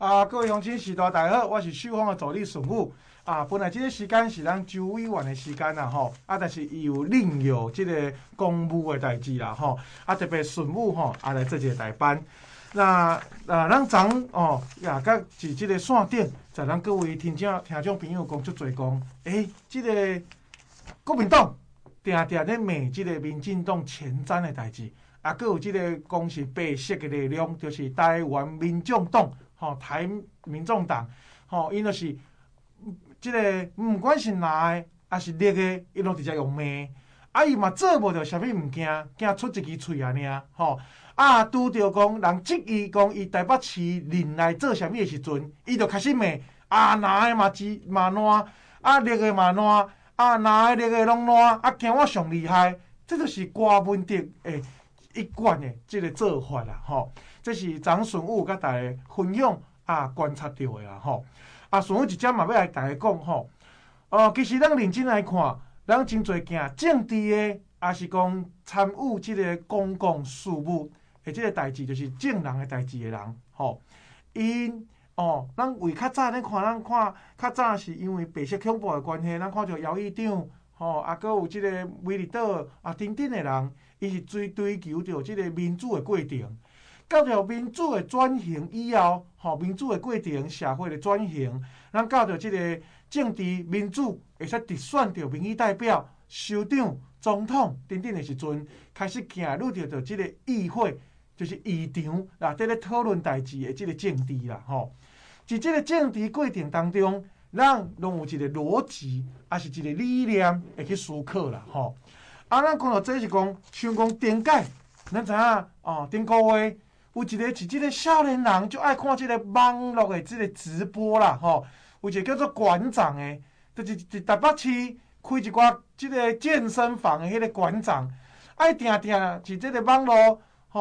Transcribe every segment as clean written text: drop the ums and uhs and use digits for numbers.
各位乡亲时代大家好，我是秀芳的助理顺武。本来这个时间是咱周委员的时间啦吼，但是伊有另有这个公务的代志啦吼，特别顺武吼来做这个代班。那咱昨甲是这个线顶，在咱各位听众朋友讲足侪讲，这个国民党定定咧骂这个民进党前瞻的代志，佮有这个讲是白色的力量，就是台湾民众党。台民众党，因就是即个不管是蓝的还是绿的，伊拢直接用骂。伊嘛做无着啥物物件，惊出一支喙尔。拄着讲人质疑讲伊台北市任内做啥物的时阵，伊就开始骂。蓝的嘛烂，绿的嘛烂，蓝的绿的拢烂，惊我上厉害。这就是郭文哲诶一贯的即个做法啦，这是张顺武甲大家分享观察到的啦，顺武一只嘛要来大家讲其实咱认真来看，咱真侪件政治的，也是讲参与即个公共事务的即个代志，就是正人的代志的人，因咱为较早咧看，咱看较早是因为白色恐怖的关系，咱看到姚议长，佮有即个美丽岛等等的人，伊是追求着即个民主的过程。到着民主的转型以后，民主的过程、社会的转型，咱到着即个政治民主会使直选着民意代表、首长、总统等等的时阵，开始行入着即个议会，就是议场啦，在咧讨论代志的即个政治啦，在即个政治过程当中，咱拢有一个逻辑，也是一个理念会去思考啦，咱讲到这是讲，像讲电解，咱知影顶个月。有一个是即个少年人就爱看即个网络的即个直播啦，有一个叫做馆长的，就是伫台北市开一寡即个健身房的迄个馆长，爱定是即个网络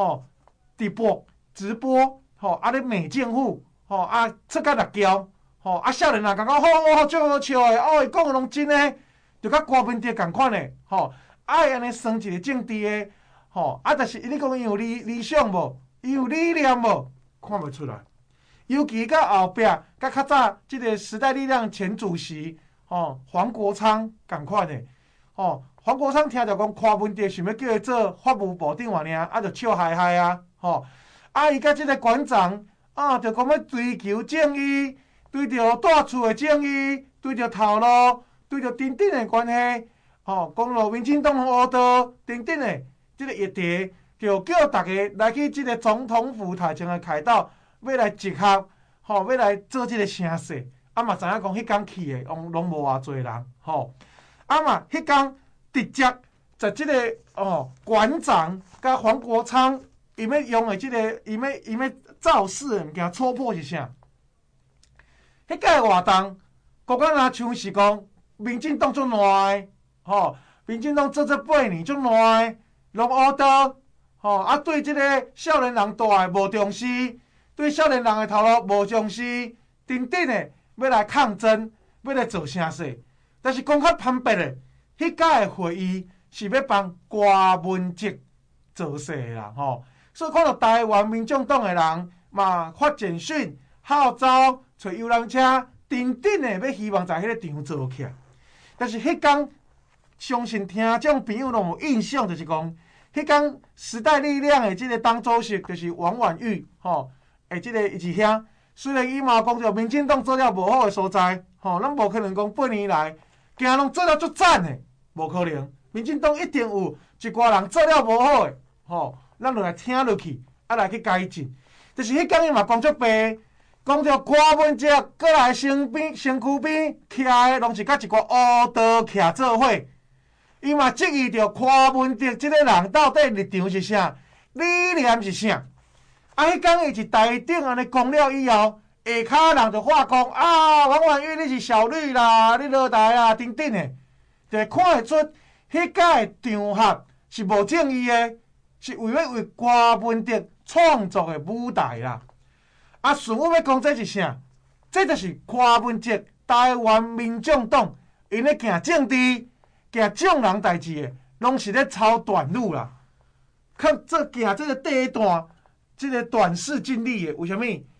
直播咧骂政府出甲六条少年人感觉好足好笑的伊讲的拢真的，就甲郭文哲共款的爱安尼算一个政治的但是你讲伊有理想无？伊有理念无？看不出来。尤其到后壁，甲较早即个时代力量前主席黄国昌共款的黄国昌听着讲柯文哲想要叫伊做法务部长尔，就笑嗨嗨伊甲即个馆长就讲要追求正义，对着大厝的正义，对着头路，对着等等的关系讲了民进党的乌道等等的即个议题。就叫大家来去即个总统府台前的凯道，要来集合，要来做即个声势。嘛知影讲迄天去的，拢无偌侪人，嘛迄天直接在即个馆长甲黄国昌，伊要用的即个，伊要造势的物件，戳破是啥？迄个活动，国家若像是讲民进党足烂的，民进党做8年足烂的，拢乌道。对即个少年人大诶无重视，对少年人诶头路无重视，等等诶要来抗争，要来做声势。但是讲较坦白诶，迄届诶会议是要帮郭文哲做势啦，所以看到台湾民众党诶人嘛发简讯、号召、找游览车等等诶，要希望在迄个场做起来。但是迄天，相信听众朋友拢有印象，就是讲。迄天时代力量的即个党主席就是王婉玉，即个二兄，虽然伊嘛讲着民进党做了无好的所在，咱无可能讲8年来，行拢做了足赞的，无可能。民进党一定有一寡人做了无好的，咱就来听落去，来去改进。但是迄天伊嘛讲足白，讲着柯文哲过来身躯边徛的，拢是甲一寡乌道徛做伙。伊嘛质疑着柯文哲即个人到底立场是啥，理念是啥？迄天伊是台顶安尼讲了以后，下骹人就话讲王婉玉你是小绿啦，你落台啊等等的，就看会出迄届的场合是无正义的，是为要为柯文哲创作的舞台啦。顺我要讲这是啥？这就是柯文哲台湾民众党因咧行政治。行众人代志的，拢是咧抄短路啦。行这个第一段，这个短视尽力的，为什么？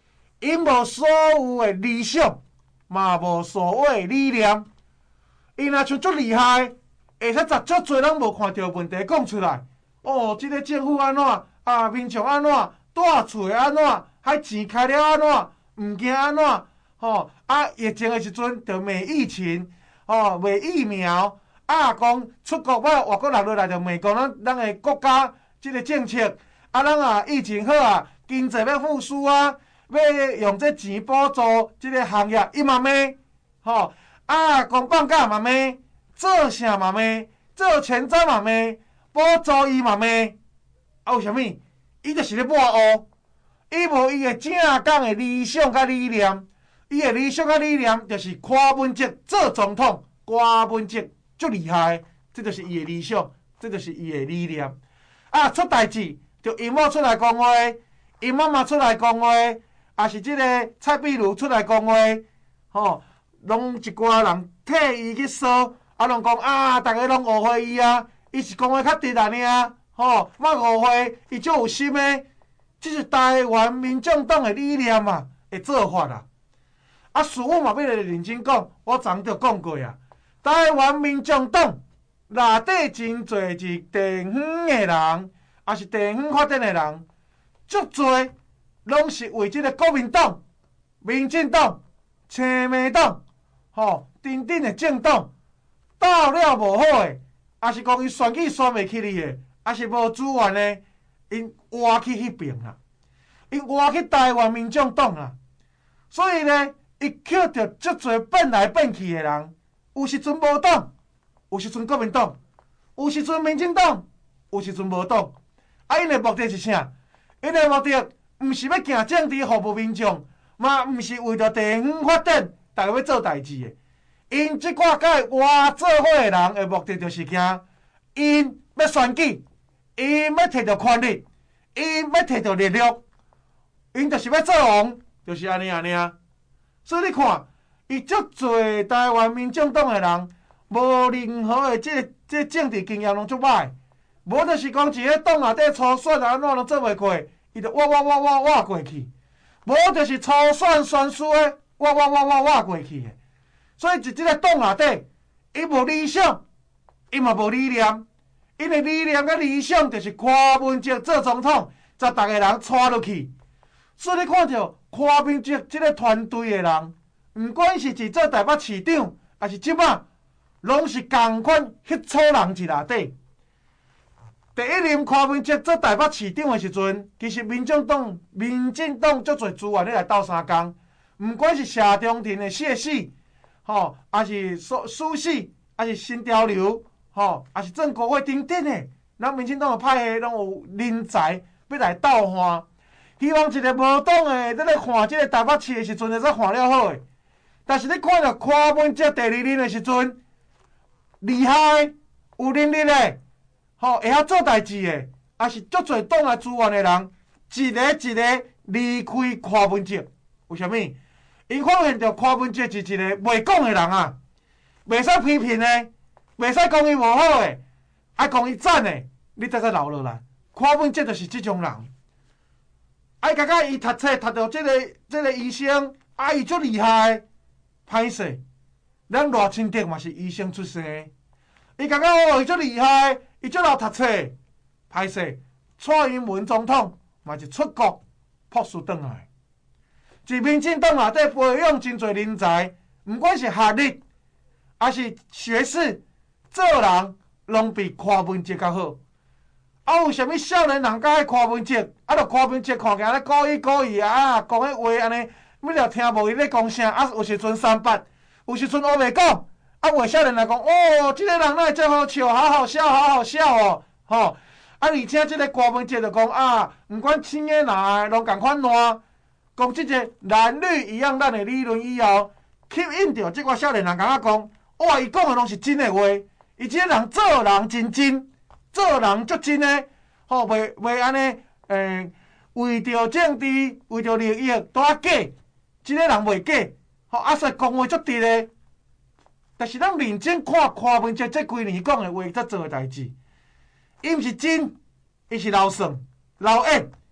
因无所有的理想，嘛无所谓理念。因若像足厉害，会使十足侪人无看到问题讲出来。哦，即个政府安怎啊？民众安怎？带厝的安怎？还钱开了安怎？物件安怎？疫情的时阵着骂疫情，骂疫苗，讲出国要外国人落来着骂讲咱的国家即个政策，咱疫情好经济要复苏要用这钱补助即个行业，伊嘛骂，讲放假嘛骂，做啥嘛骂，做前瞻嘛骂，补助伊嘛骂，为虾米？伊就是咧抹黑，伊无伊的正港的理想甲理念。伊的理想甲理念就是柯文哲做总统，柯文哲足厉害，这就是伊的理想，这就是伊的理念。出代志就因某出来讲话，因妈妈出来讲话，也是即个蔡壁如出来讲话，拢一寡人替伊去说，拢讲大家拢误会伊伊是讲话较直莫误会，伊足有心的，这是台湾民众党的理念的做法事务嘛，要来认真讲，我昨就讲过台湾民众党内底真侪是地方的人，也是地方发展的人，足侪拢是为即个国民党、民进党、亲民党，等等的政党斗了无好的，也是讲伊选举选袂起哩的，也是无资源的，因挖去迄边因挖去台湾民众党所以呢。伊捡着足侪变来变去的人，有时阵无党，有时阵国民党，有时阵民进党，有时阵无党。因的目的是啥？因的目的毋是要行政治服务民众，嘛毋是为着地方发展，大家要做代志的。因即寡甲伊活做伙的人的目的就是惊，因要选举，因要摕到权力，因要摕到力量，因就是要做王，就是安尼。所以你看，伊足侪台湾民众党的人，无任何的这政治经验拢足歹，无就是讲一个党内底初选安怎拢做袂过，伊就我过去；无就是初选选输的，我过去的。所以一即个党内底，伊无理想，伊嘛无理念，因的理念甲理想就是柯文哲做总统，才逐个人带落去。所以你看到柯文哲即个团队的人，毋管是做台北市长，还是即摆，拢是共款迄组人一内底。第一任柯文哲做台北市长的时阵，其实民进党足侪资源来斗相共，毋管是谢中廷的谢氏，还是苏氏，还是新潮流，还是郑国辉等等的，咱民进党的派系拢有人才要来斗换。希望一个无党的在咧看即个台北市的时阵，会使看了好诶。但是你看到柯文哲第二任的时阵，厉害，有能力的，会晓做代志的，也是足侪党内资源的人，一个离开柯文哲。为虾米？因发现到柯文哲是一个袂讲的人袂使批评的，袂使讲伊无好的，爱讲伊赞的，你才留落来。柯文哲就是即种人。伊读册读到这个医生，伊足厉害，歹势。咱赖清德嘛是医生出身的，伊伊足厉害，伊足老读册，歹势。蔡英文总统嘛是出国博士转来，自民进党内底培养真侪人才，毋管是学历还是学识，做人拢比柯文哲较好。为虾米少年人甲迄柯文哲，就柯文哲看起来故意讲迄话安尼，你着听无伊咧讲啥，有时阵三八，有时阵乌袂讲，话少年人讲，即个人哪会遮好笑，好好笑哦，而且即个柯文哲就讲毋管青的蓝的，拢共款烂，讲即个蓝绿一样咱的理论以后，吸引着即个少年人感觉讲，伊讲的拢是真的话，伊即个人做人真。做人足真诶，袂安尼，为着政治、为着利益都假，即个人袂假，所以讲话足直诶。但是咱认真看柯文哲这几年讲诶话，才做诶代志，伊毋是真，伊是老算、老演，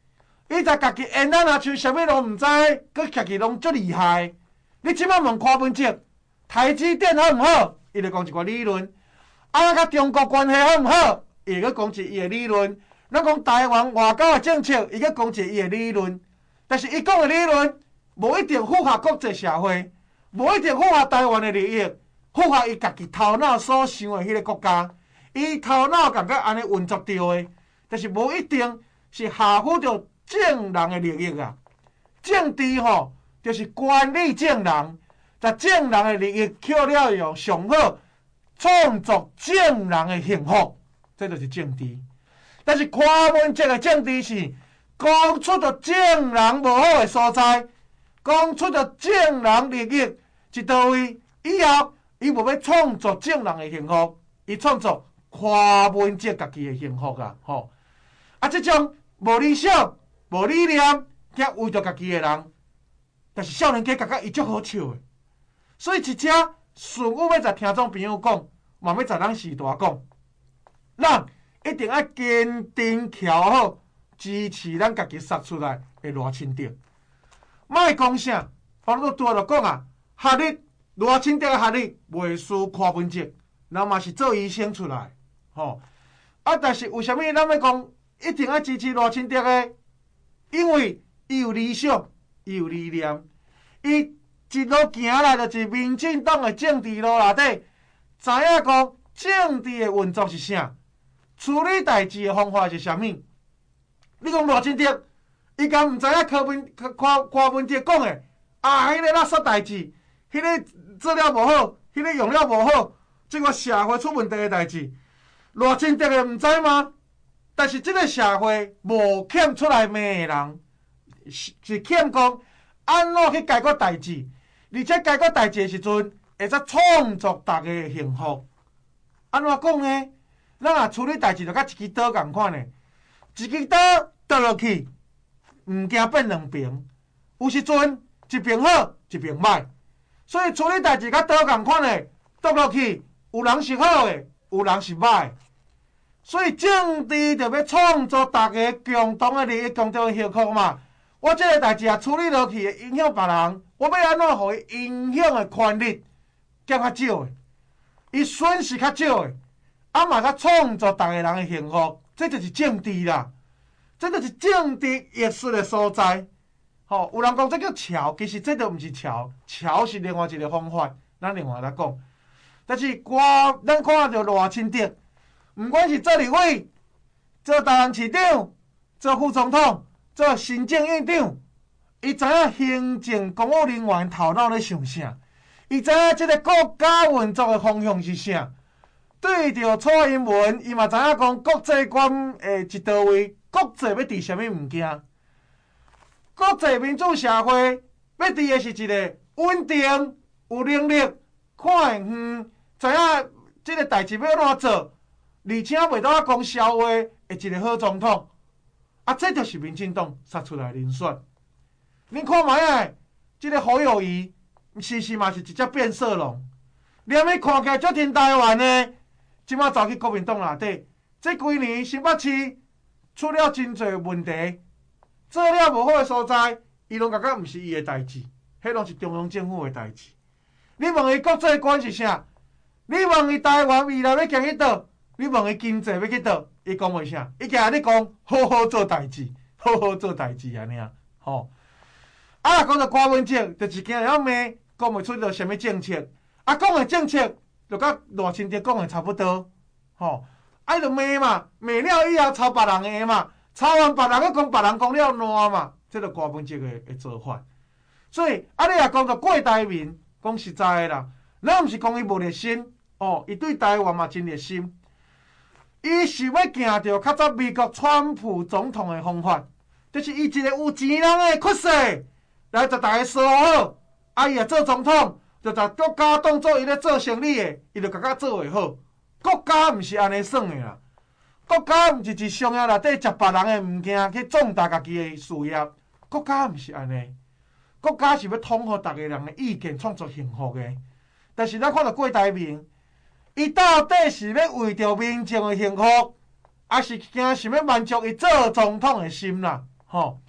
伊知家己演啊，若像啥物拢毋知，佮家己拢足厉害。你即摆问柯文哲，台积电好毋好？伊就讲一寡理论。啊，甲中国关系好毋好？伊会讲一伊的理论。咱讲台湾外交的政策，伊讲一伊的理论。但是伊讲的理论，无一定符合国际社会，无一定符合台湾的利益，符合伊家己头脑所想的迄个国家。伊头脑感觉安尼运作着的，但是无一定是合乎着正人的利益啊。政治吼，就是管理正人，在正人的利益扣了用上好，创造正人的幸福，这就是政治。但是柯文哲的政治是讲出着正人无好的所在，讲出着正人利益一到位以后，伊无要创造正人的幸福，伊创造柯文哲家己的幸福啊！吼，啊，这种无理想、无理念，遐为着家己的人，但是少年家感觉伊足好笑的，所以一只顺务要甲听众朋友讲，嘛要甲咱时代讲，咱一定要坚定徛好，支持咱家己杀出来的赖清德。莫讲啥，反正拄就讲啊，学历赖清德的学历袂输柯文哲，人嘛是做医生出来，吼。啊，但是为虾米咱要讲一定要支持赖清德的？因为伊有理想，伊有理念，伊一路行来就是民进党的政治路内底，知影讲政治的运作是啥，处理代志的方法是啥物。你讲赖清德，伊敢毋知影柯文哲讲的啊？迄个垃圾代志，迄个做了无好，迄个用了无好，即个社会出问题的代志，赖清德的毋知吗？但是即个社会无欠出来骂的人，是欠讲安怎去解决代志，而且解决代志的时阵，会使创造大家的幸福。安怎讲呢？咱若处理代志，就甲一支刀共款的，一支刀倒落去，毋惊变两边。有时阵一边好，一边歹，所以处理代志甲刀共款的，倒落去，有人是好的，有人是歹。所以政治就要创造大家共同的利益、共同的幸福嘛。我这个代志也处理落去，会影响别人，我要安怎互伊影响的权利减较少的，伊损失较少的，啊嘛较创造大家人的幸福，这就是政治啦。这就是政治艺术的所在。吼，有人讲这叫桥，其实这都毋是桥，桥是另外一个方法，咱另外来讲。但是咱看到赖清德。毋管是做立委、做台南市长、做副总统、做行政院长，伊知影行政公务人员头脑咧想啥，伊知影即个国家运作的方向是啥。对着蔡英文，伊嘛知影讲国际观的一道位，国际要伫啥物物件？国际民主社会要伫的是一个稳定、有能力、看会远，知影即个代志要安怎做。而且袂当讲笑话的一个好总统，啊，这就是民进党杀出来的人选。恁看卖啊，这个侯友宜，时时嘛是一只变色龙，连伊看起来足挺台湾的，即马走去国民党内底，这几年新北市出了真侪问题，做了无好的所在，伊拢感觉毋是伊的代志，迄拢是中央政府的代志。你问伊国际观是啥？你问伊台湾未来要行去倒？你问伊经济要去倒，伊讲袂啥，伊惊你讲好好做代志，好好做代志安尼啊，吼。啊，讲到柯文哲，就是惊了骂，讲袂出着啥物政策，啊，讲的政策就甲赖清德讲的差不多，吼。啊，伊就骂嘛，骂了以后抄别人的嘛，抄完别人佫讲别人讲了烂嘛，这就柯文哲的做法。所以啊，你也讲到过台面，讲实在的啦，咱毋是讲伊无热心，哦，伊对台湾嘛真热心。伊是要行着较早美国川普总统的方法，就是伊一个有钱人的缺势，来甲大家说好，啊伊也做总统，就甲国家当做伊咧做生意的，伊就甲较做会好。国家毋是安尼算的啦，国家毋是伫商业内底食别人的物件去壮大家己的事业，国家毋是安尼，国家是要统合大家人的意见，创造幸福的。但是咱看到过台面。伊到底是要为着民众的幸福，还是惊想要满足伊做总统的心啦？吼！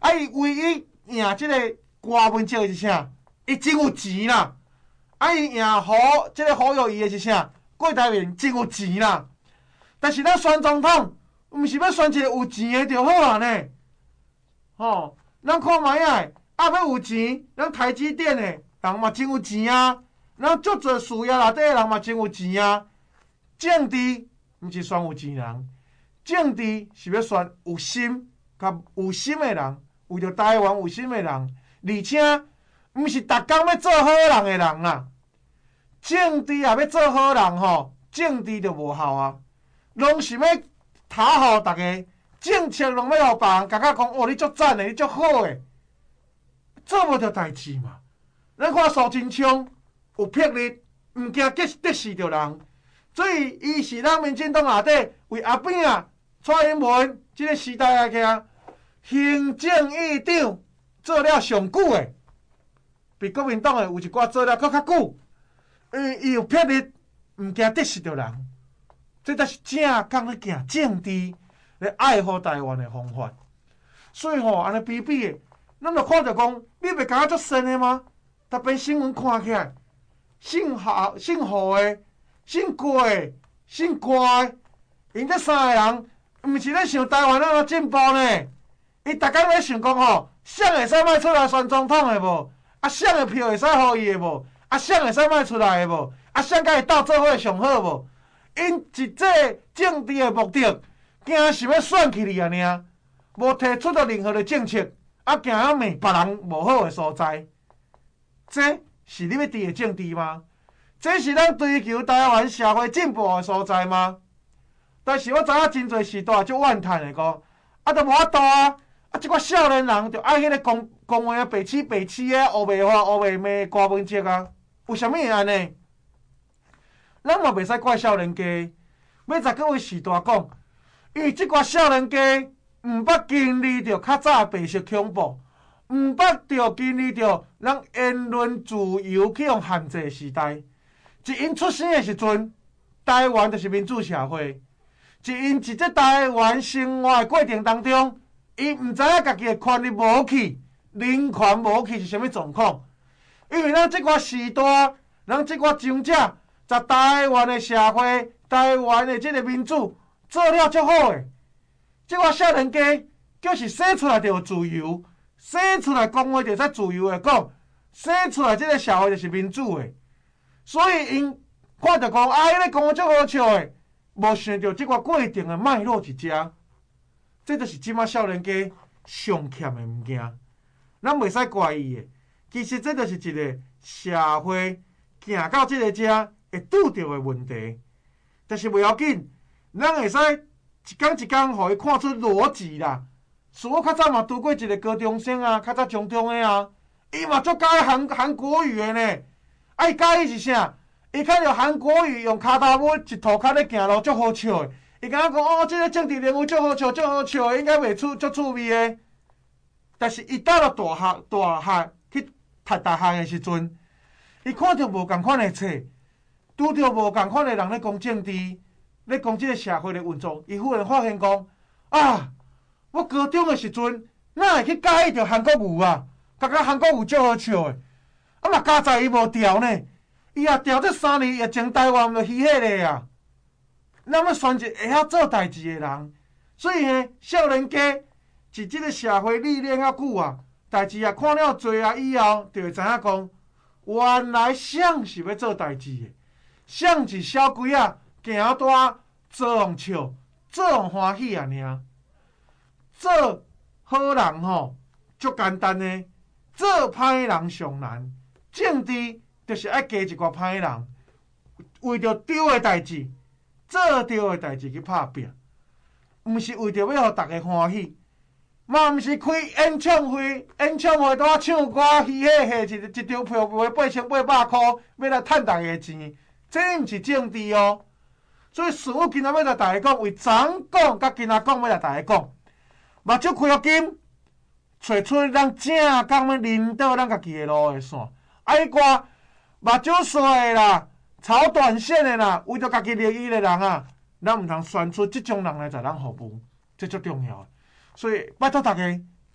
伊唯一赢即个郭文哲是啥？伊真有钱啦！伊赢即个侯友宜的是啥？郭台铭真有钱啦！但是咱选总统，毋是要选一个有钱的就好啊呢？吼，咱看卖啊，要有钱，咱台积电的人嘛真有钱啊！咱足侪事业内底的人嘛真有钱啊！政治毋是选有钱人，政治是要选有心、甲有心的人，为着台湾有心的人，而且毋是逐工要做好人的人啦。政治也要做好人吼，政治就无效啊！拢是要讨好大家，政策拢要互别人感觉讲哦，你足赞的，你足好的，做无着代志嘛。咱看苏贞昌有魄力，毋惊得势着人，所以伊是咱民进党内底为阿扁啊、蔡英文即个时代来行行政院长做了上久的，比国民党的有一寡做了搁较久，因为伊有魄力，毋惊得势着人。这才是正讲咧行政治来爱护台湾的方法。所以安尼比的，咱就看着讲，你袂感觉足神的吗？逐篇新闻看起来，姓侯的、姓郭的、姓关的，因这三个人，毋是咧想台湾怎啊进步呢？伊逐工咧想讲谁会使卖出来选总统的无？谁的票会使互伊的无？谁会使卖出来的无？谁甲伊斗做伙上好无？因一这政治的目的，惊是要选起你啊尔，无提出到任何的政策，惊要骂别人无好的所在。这是你要伫的政治吗？这是咱追求台湾社会进步的所在吗？但是我知影真侪时代足怨叹的讲，都无法度啊！即款少年人就爱迄个讲话白痴的、黑白话、黑白骂郭文哲啊，为什么会安尼？咱嘛袂使怪少年家，要在各位时代讲，因为即寡少年家毋捌经历着较早白色恐怖，毋捌着经历着咱言论自由去用限制时代。一因出生的时阵，台湾就是民主社会；一因伫这台湾生活的过程当中，伊毋知影家己的权利无去，人权无去是啥物状况。因为咱即寡时代，咱即寡长者。在台湾的社会，台湾的这个民主做了足好诶。这个少年家就是生出来就有自由，生出来讲话就使自由的讲，生出来这个社会就是民主的。所以因看着讲，迄个讲话足好笑的，无想到这个过程的脉络是这，这就是即马少年家上欠的物件。咱袂使怪伊的，其实这就是一个社会行到这个遮。会拄到的问题，但是袂要紧，咱会使一工一工，互伊看出逻辑啦。是我较早嘛拄过一个高中生啊，较早中的啊，伊嘛足介韩国语的呢。伊介意是啥？伊看到韩国语用骹踏舞一涂骹咧行路，足好笑的。伊感觉讲这个政治人物足好笑，足好笑的，应该袂足趣味的。但是伊到了大学去读大学的时阵，伊看到无共款的册。拄着无共款的人咧讲政治，咧讲即个社会的运作，伊忽然发现讲我高中的时阵，哪会去介意着韩国语啊？感觉韩国语足好笑的，嘛加在伊无调呢。伊也调这3年，也前台湾就虚迄个啊。咱要选一会晓做代志的人，所以呢，少年家是即个社会历练较久啊，代志也看了侪啊以后，就会知影讲，原来谁是要做代志的。谁是小鬼啊，行大做人笑，做人欢喜啊尔。做好人足简单的，做歹人上难。政治就是爱加一寡歹人，为着对的代志，做对的代志去拍拼，毋是为着要互大家欢喜，嘛毋是开演唱会拄啊唱歌嘻嘻一张票卖8800箍，要来趁大家钱。这毋是政治哦，所以事我今仔要来大家讲，为昨讲甲今仔讲要来大家讲，目睭开互金，找出咱正讲要领导咱家己的路的线。爱挂目睭衰的啦，炒短线的啦，为着家己利益的人啊，咱毋通选出即种人来在咱服务，这足重要的。所以拜托大家，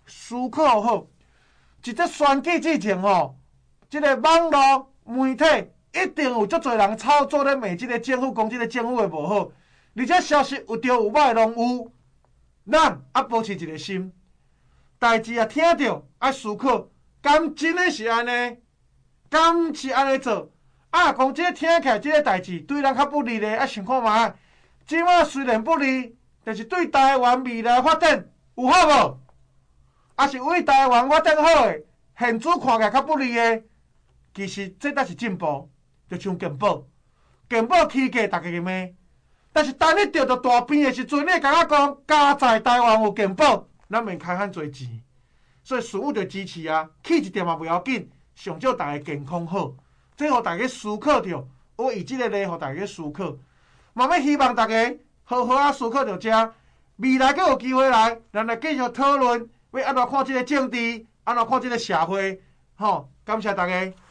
思考好。一则选举之前吼，即个网络媒体一定有足侪人操作咧骂即个政府，讲即个政府的无好，而且消息有对有歹拢有。咱保持一个心，代志听着思考，敢真诶是安尼？敢是安尼做？讲即个听起来即个代志对咱较不利咧，想看觅。即马虽然不利，但是对台湾未来发展有好无？是为台湾发展好诶，现主看起来较不利诶，其实这才是进步。就像健保起价大家个骂，但是等你钓到大边诶时阵，你会感觉讲家在台湾有健保，咱免开遐侪钱。所以事务就支持起一点嘛不要紧，上少大家健康好，这互大家思考着。我以即个例互大家思考，慢慢希望大家好好思考着遮。未来阁有机会来，咱来继续讨论。要安怎看即个政治，安怎看即个社会，感谢大家。